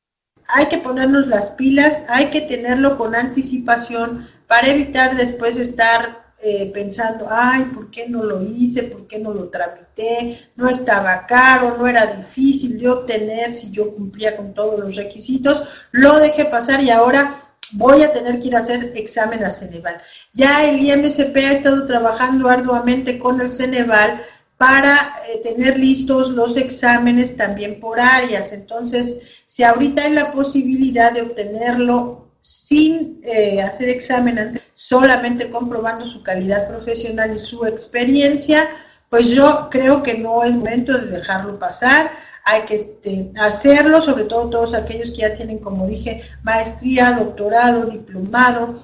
Speaker 1: hay que ponernos las pilas, hay que tenerlo con anticipación para evitar después estar Eh, pensando, ay, ¿por qué no lo hice? ¿Por qué no lo tramité? No estaba caro, no era difícil de obtener si yo cumplía con todos los requisitos, lo dejé pasar y ahora voy a tener que ir a hacer examen al Ceneval. Ya el I M C P ha estado trabajando arduamente con el Ceneval para eh, tener listos los exámenes también por áreas. Entonces, si ahorita hay la posibilidad de obtenerlo sin eh, hacer examen antes, solamente comprobando su calidad profesional y su experiencia, pues yo creo que no es momento de dejarlo pasar. Hay que este, hacerlo, sobre todo todos aquellos que ya tienen, como dije, maestría, doctorado, diplomado,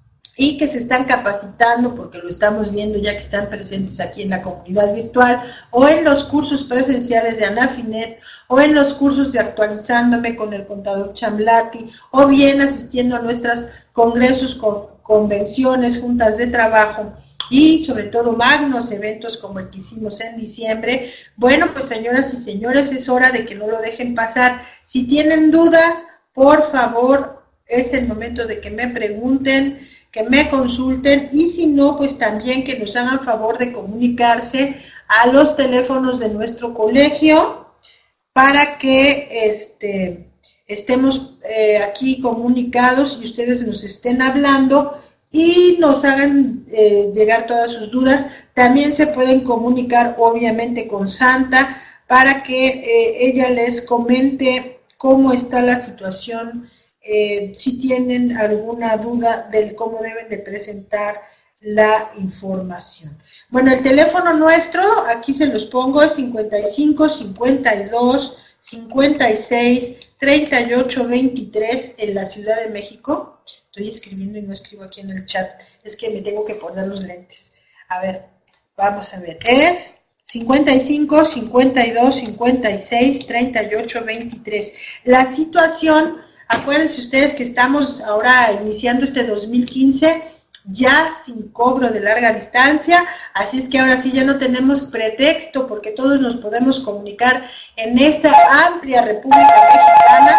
Speaker 1: y que se están capacitando, porque lo estamos viendo ya que están presentes aquí en la comunidad virtual, o en los cursos presenciales de Anafinet, o en los cursos de Actualizándome con el contador Chamlati, o bien asistiendo a nuestros congresos, convenciones, juntas de trabajo, y sobre todo magnos eventos como el que hicimos en diciembre. Bueno, pues señoras y señores, es hora de que no lo dejen pasar. Si tienen dudas, por favor, es el momento de que me pregunten, que me consulten, y si no, pues también que nos hagan favor de comunicarse a los teléfonos de nuestro colegio para que este, estemos eh, aquí comunicados y ustedes nos estén hablando y nos hagan eh, llegar todas sus dudas. También se pueden comunicar obviamente con Santa para que eh, ella les comente cómo está la situación, eh, si tienen alguna duda del cómo deben de presentar la información. Bueno, el teléfono nuestro, aquí se los pongo, es cincuenta y cinco, cincuenta y dos, cincuenta y seis, treinta y ocho, veintitrés en la Ciudad de México. Estoy escribiendo y no escribo aquí en el chat, es que me tengo que poner los lentes. A ver, vamos a ver, es cincuenta y cinco, cincuenta y dos, cincuenta y seis, treinta y ocho, veintitrés. La situación, acuérdense ustedes que estamos ahora iniciando este dos mil quince ya sin cobro de larga distancia, así es que ahora sí ya no tenemos pretexto porque todos nos podemos comunicar en esta amplia República Mexicana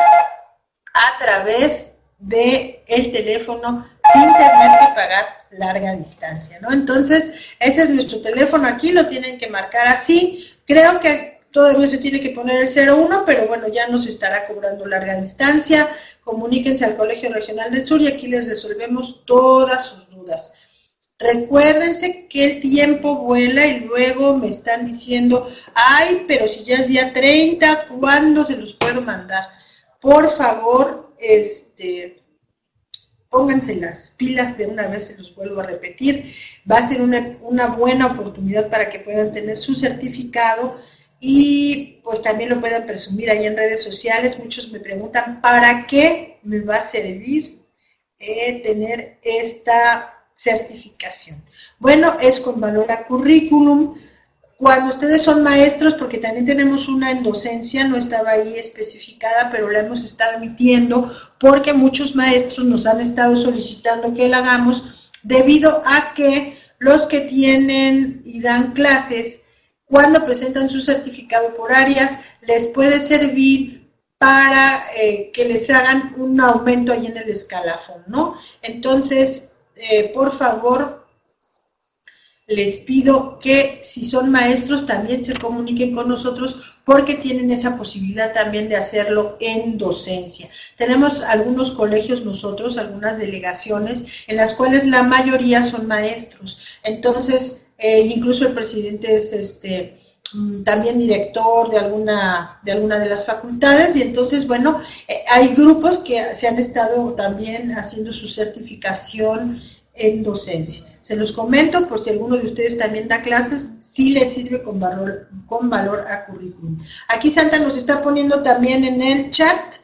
Speaker 1: a través de el teléfono sin tener que pagar larga distancia, ¿no? Entonces, ese es nuestro teléfono, aquí lo tienen que marcar así. Creo que todavía se tiene que poner el cero uno, pero bueno, ya nos estará cobrando larga distancia. Comuníquense al Colegio Regional del Sur y aquí les resolvemos todas sus dudas. Recuérdense que el tiempo vuela y luego me están diciendo, ay, pero si ya es día treinta, ¿cuándo se los puedo mandar? Por favor, este, pónganse las pilas de una vez, se los vuelvo a repetir. Va a ser una, una buena oportunidad para que puedan tener su certificado y pues también lo puedan presumir ahí en redes sociales. Muchos me preguntan, ¿para qué me va a servir eh, tener esta certificación. Bueno, es con valor a currículum. Cuando ustedes son maestros, porque también tenemos una en docencia, no estaba ahí especificada, pero la hemos estado emitiendo porque muchos maestros nos han estado solicitando que la hagamos debido a que los que tienen y dan clases, cuando presentan su certificado por áreas, les puede servir para eh, que les hagan un aumento ahí en el escalafón, ¿no? Entonces, eh, por favor, les pido que si son maestros también se comuniquen con nosotros porque tienen esa posibilidad también de hacerlo en docencia. Tenemos algunos colegios nosotros, algunas delegaciones en las cuales la mayoría son maestros. Entonces, eh, incluso el presidente es este también director de alguna de alguna de las facultades y entonces, bueno, eh, hay grupos que se han estado también haciendo su certificación en docencia. Se los comento por si alguno de ustedes también da clases, sí les sirve con valor, con valor a currículum. Aquí Santa nos está poniendo también en el chat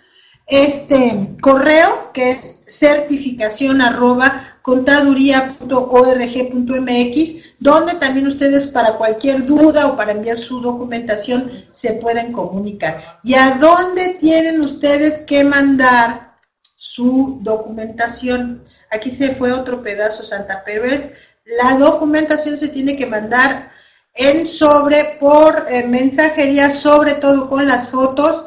Speaker 1: este correo que es certificación arroba contaduría punto org punto mx, donde también ustedes para cualquier duda o para enviar su documentación se pueden comunicar. ¿Y a dónde tienen ustedes que mandar su documentación? Aquí se fue otro pedazo, Santa, pero es la documentación se tiene que mandar en sobre, por eh, mensajería, sobre todo con las fotos,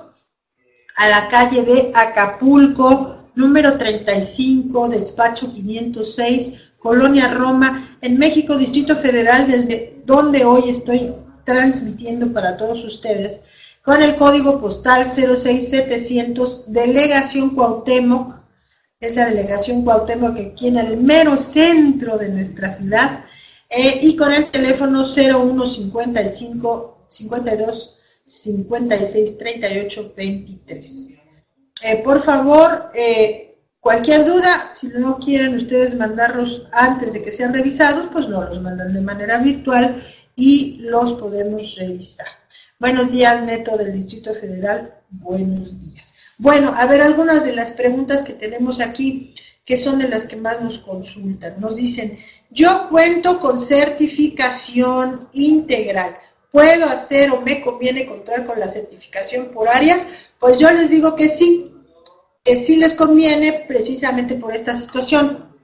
Speaker 1: a la calle de Acapulco, número treinta y cinco, despacho quinientos seis, Colonia Roma, en México, Distrito Federal, desde donde hoy estoy transmitiendo para todos ustedes, con el código postal cero seis setecientos, Delegación Cuauhtémoc. Es la delegación Cuauhtémoc aquí en el mero centro de nuestra ciudad, eh, y con el teléfono cero uno cincuenta y cinco, cincuenta y dos, cincuenta y seis, treinta y ocho, veintitrés. Eh, por favor, eh, cualquier duda, si no quieren ustedes mandarlos antes de que sean revisados, pues no los mandan de manera virtual y los podemos revisar. Buenos días, Neto del Distrito Federal, buenos días. Bueno, a ver, algunas de las preguntas que tenemos aquí, que son de las que más nos consultan. Nos dicen, yo cuento con certificación integral, ¿puedo hacer o me conviene contar con la certificación por áreas? Pues yo les digo que sí, que sí les conviene precisamente por esta situación,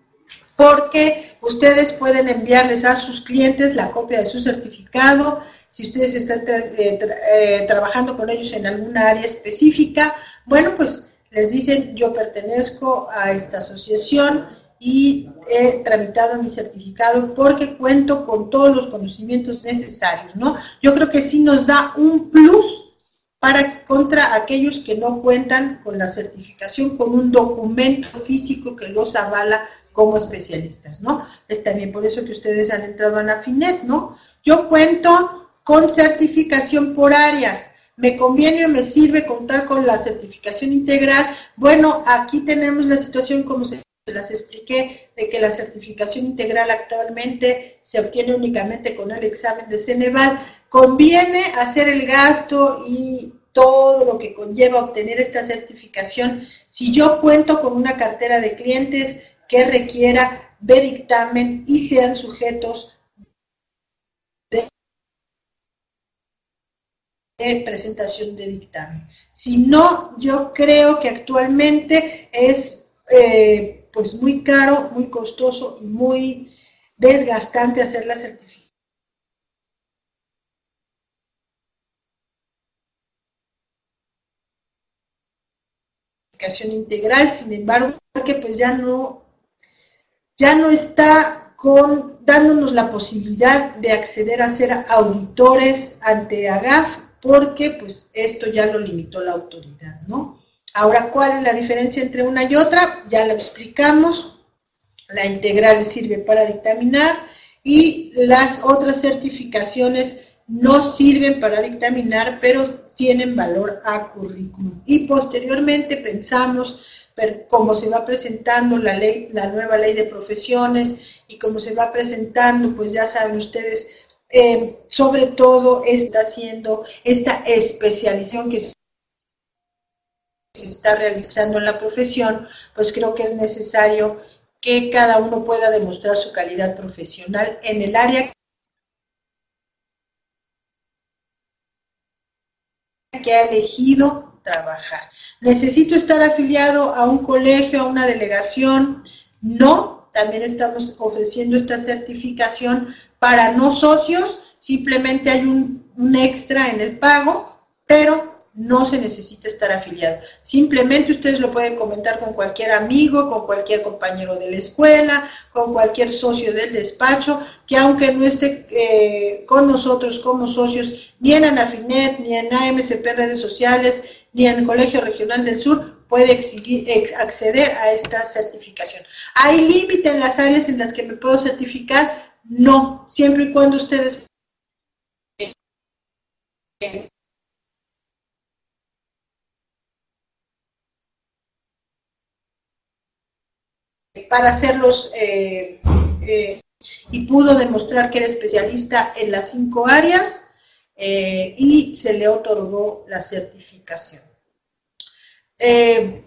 Speaker 1: porque ustedes pueden enviarles a sus clientes la copia de su certificado, si ustedes están tra eh, tra eh, trabajando con ellos en alguna área específica, bueno, pues les dicen, yo pertenezco a esta asociación y he tramitado mi certificado porque cuento con todos los conocimientos necesarios, ¿no? Yo creo que sí nos da un plus para contra aquellos que no cuentan con la certificación, con un documento físico que los avala como especialistas, ¿no? Es también por eso que ustedes han entrado a Nafinet, ¿no? Yo cuento con certificación por áreas. ¿Me conviene o me sirve contar con la certificación integral? Bueno, aquí tenemos la situación como se las expliqué, de que la certificación integral actualmente se obtiene únicamente con el examen de Ceneval. Conviene hacer el gasto y todo lo que conlleva obtener esta certificación si yo cuento con una cartera de clientes que requiera de dictamen y sean sujetos de de presentación de dictamen. Si no, yo creo que actualmente es eh, pues muy caro, muy costoso y muy desgastante hacer la certificación integral. Sin embargo, porque pues ya no ya no está con dándonos la posibilidad de acceder a ser auditores ante AGAF, porque pues esto ya lo limitó la autoridad, ¿no? Ahora, ¿cuál es la diferencia entre una y otra? Ya lo explicamos. La integral sirve para dictaminar y las otras certificaciones no sirven para dictaminar, pero tienen valor a currículum. Y posteriormente pensamos, cómo se va presentando la ley, la nueva ley de profesiones y cómo se va presentando, pues ya saben ustedes, eh, sobre todo está haciendo esta especialización que se está realizando en la profesión, pues creo que es necesario que cada uno pueda demostrar su calidad profesional en el área que ha elegido trabajar. ¿Necesito estar afiliado a un colegio, a una delegación? No, también estamos ofreciendo esta certificación para no socios, simplemente hay un, un extra en el pago, pero no se necesita estar afiliado. Simplemente ustedes lo pueden comentar con cualquier amigo, con cualquier compañero de la escuela, con cualquier socio del despacho, que aunque no esté eh, con nosotros como socios, ni en Anafinet, ni en A M C P Redes Sociales, ni en el Colegio Regional del Sur, puede exigir, ex, acceder a esta certificación. ¿Hay límite en las áreas en las que me puedo certificar? No, siempre y cuando ustedes para hacerlos eh, eh, y pudo demostrar que era especialista en las cinco áreas eh, y se le otorgó la certificación. Eh,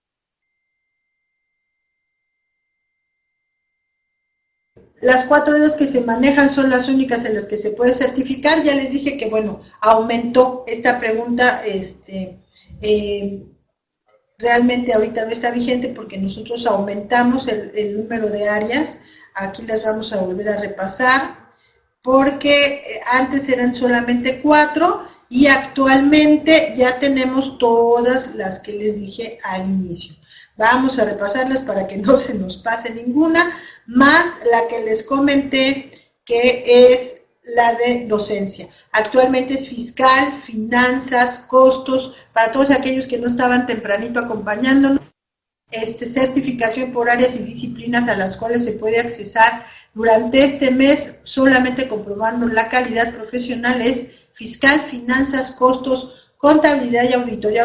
Speaker 1: Las cuatro áreas que se manejan son las únicas en las que se puede certificar. Ya les dije que, bueno, aumentó esta pregunta, este, eh, realmente ahorita no está vigente porque nosotros aumentamos el, el número de áreas. Aquí las vamos a volver a repasar, porque antes eran solamente cuatro y actualmente ya tenemos todas las que les dije al inicio. Vamos a repasarlas para que no se nos pase ninguna, más la que les comenté, que es la de docencia. Actualmente es fiscal, finanzas, costos, para todos aquellos que no estaban tempranito acompañándonos. Este, certificación por áreas y disciplinas a las cuales se puede accesar durante este mes, solamente comprobando la calidad profesional, es fiscal, finanzas, costos, contabilidad y auditoría.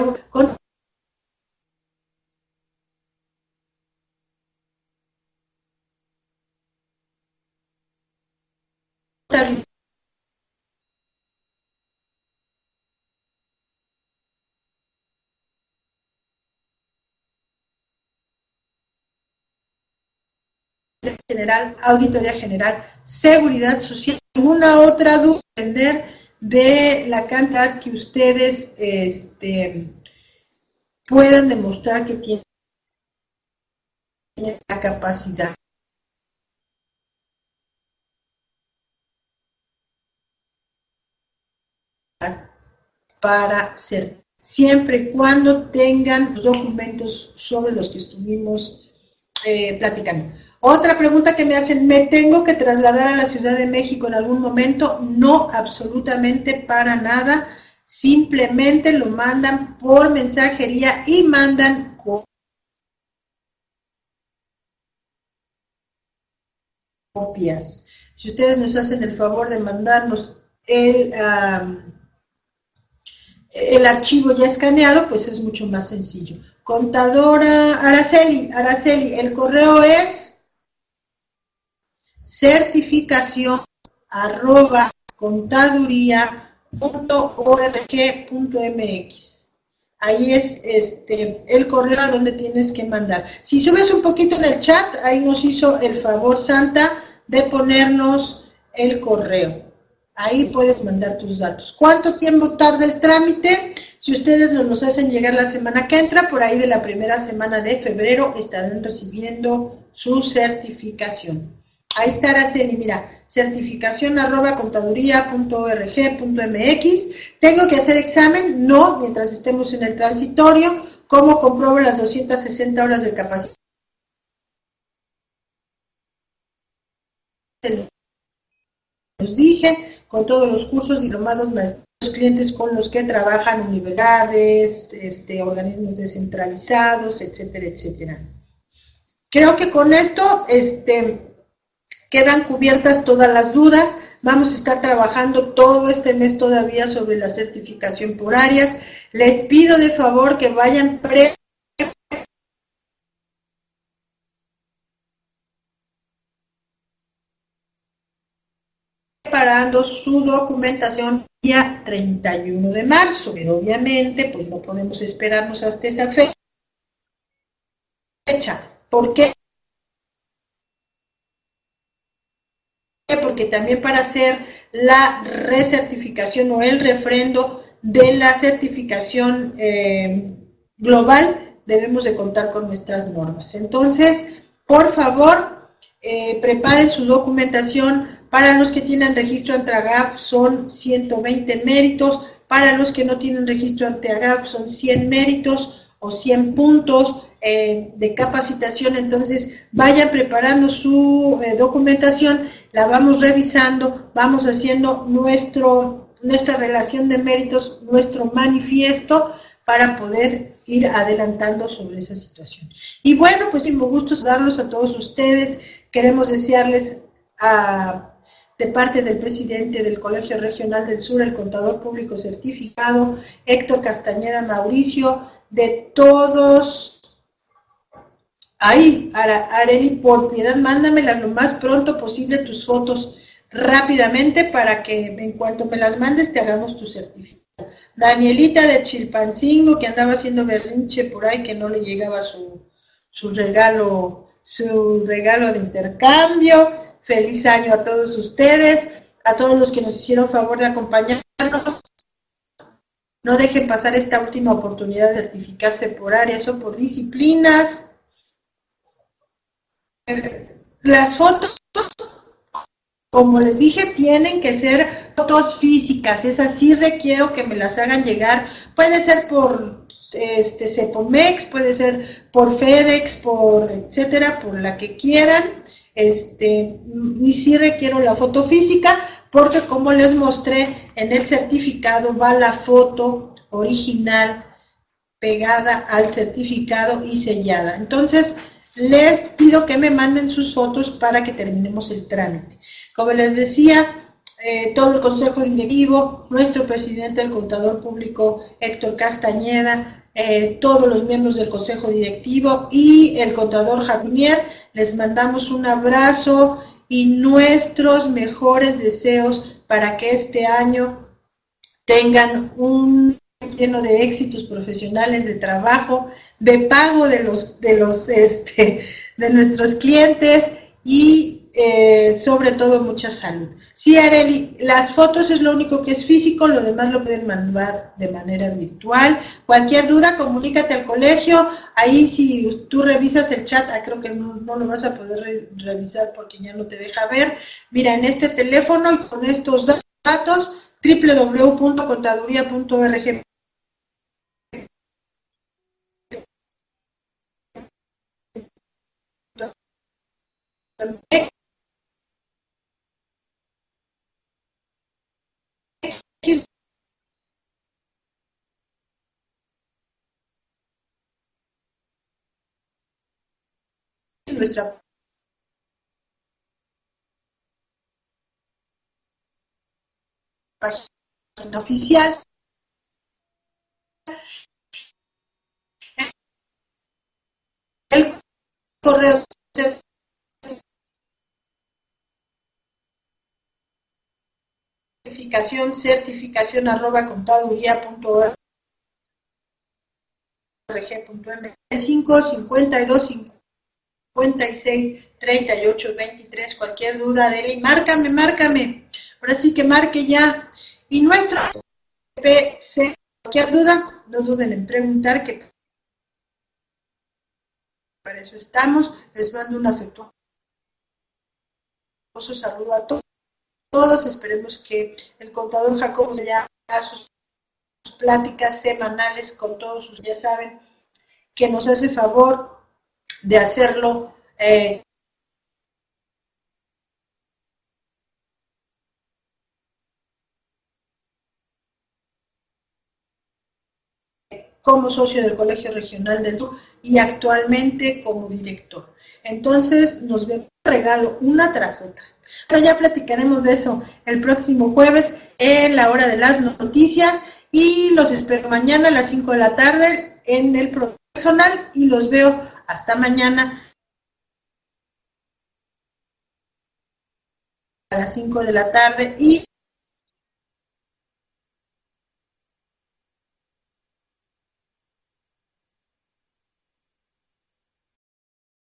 Speaker 1: Contabilidad general, auditoría general, seguridad social. ¿Alguna otra duda de la cantidad que ustedes este, puedan demostrar que tienen la capacidad? Para ser, siempre y cuando tengan los documentos sobre los que estuvimos eh, platicando. Otra pregunta que me hacen, ¿me tengo que trasladar a la Ciudad de México en algún momento? No, absolutamente para nada, simplemente lo mandan por mensajería y mandan copias. Si ustedes nos hacen el favor de mandarnos el... Um, el archivo ya escaneado, pues es mucho más sencillo. Contadora Araceli, Araceli, el correo es certificación arroba contaduría punto org punto mx. Ahí es este el correo a donde tienes que mandar. Si subes un poquito en el chat, ahí nos hizo el favor Santa de ponernos el correo. Ahí puedes mandar tus datos. ¿Cuánto tiempo tarda el trámite? Si ustedes nos los hacen llegar la semana que entra, por ahí de la primera semana de febrero, estarán recibiendo su certificación. Ahí está Araceli, mira, certificación arroba contaduría punto org punto mx. ¿Tengo que hacer examen? No, mientras estemos en el transitorio. ¿Cómo compruebo las doscientas sesenta horas de capacidad? Los dije, con todos los cursos, diplomados, maestros, clientes con los que trabajan, universidades, este, organismos descentralizados, etcétera, etcétera. Creo que con esto este, quedan cubiertas todas las dudas. Vamos a estar trabajando todo este mes todavía sobre la certificación por áreas. Les pido de favor que vayan pre preparando su documentación el día treinta y uno de marzo, pero obviamente pues no podemos esperarnos hasta esa fecha. ¿Por qué? Porque también para hacer la recertificación o el refrendo de la certificación eh, global, debemos de contar con nuestras normas. Entonces, por favor, eh, preparen su documentación. Para los que tienen registro ante AGAF son ciento veinte méritos, para los que no tienen registro ante AGAF son cien méritos o cien puntos eh, de capacitación. Entonces, vayan preparando su eh, documentación, la vamos revisando, vamos haciendo nuestro, nuestra relación de méritos, nuestro manifiesto, para poder ir adelantando sobre esa situación. Y bueno, pues sin gusto saludarlos a todos ustedes. Queremos desearles a de parte del presidente del Colegio Regional del Sur, el contador público certificado, Héctor Castañeda Mauricio, de todos, ahí, Areli, por piedad, mándamelas lo más pronto posible, tus fotos rápidamente, para que en cuanto me las mandes te hagamos tu certificado. Danielita de Chilpancingo, que andaba haciendo berrinche por ahí, que no le llegaba su, su regalo, su regalo de intercambio. Feliz año a todos ustedes, a todos los que nos hicieron favor de acompañarnos. No dejen pasar esta última oportunidad de certificarse por áreas o por disciplinas. Las fotos, como les dije, tienen que ser fotos físicas. Esas sí requiero que me las hagan llegar. Puede ser por este Cepomex, puede ser por FedEx, por etcétera, por la que quieran. Este, y sí requiero la foto física, porque como les mostré en el certificado va la foto original pegada al certificado y sellada. Entonces les pido que me manden sus fotos para que terminemos el trámite. Como les decía, eh, todo el consejo directivo, nuestro presidente, el contador público Héctor Castañeda, eh, todos los miembros del consejo directivo y el contador Javier, les mandamos un abrazo y nuestros mejores deseos para que este año tengan un lleno de éxitos profesionales, de trabajo, de pago de los de los este de nuestros clientes y eh, sobre todo mucha salud. Sí, Areli, las fotos es lo único que es físico, lo demás lo pueden mandar de manera virtual. Cualquier duda, comunícate al colegio. Ahí si tú revisas el chat, ah, creo que no, no lo vas a poder re revisar porque ya no te deja ver. Mira, en este teléfono y con estos datos, doble u doble u doble u punto contaduría punto org. Nuestra página oficial. El correo certificación, certificación arroba contaduría punto org punto m cinco cincuenta y dos cincuenta y seis treinta y ocho veintitrés. Cualquier duda, Adeli, márcame, márcame. Ahora sí que marque ya. Y nuestro P C, cualquier duda, no duden en preguntar, que para eso estamos. Les mando un afectuoso saludo a todos. Todos esperemos que el contador Jacobo ya a sus pláticas semanales con todos sus, ya saben, que nos hace favor de hacerlo eh, como socio del Colegio Regional del Sur y actualmente como director. Entonces nos vemos regalo una tras otra. Pero ya platicaremos de eso el próximo jueves en la hora de las noticias y los espero mañana a las cinco de la tarde en el personal y los veo hasta mañana a las cinco de la tarde y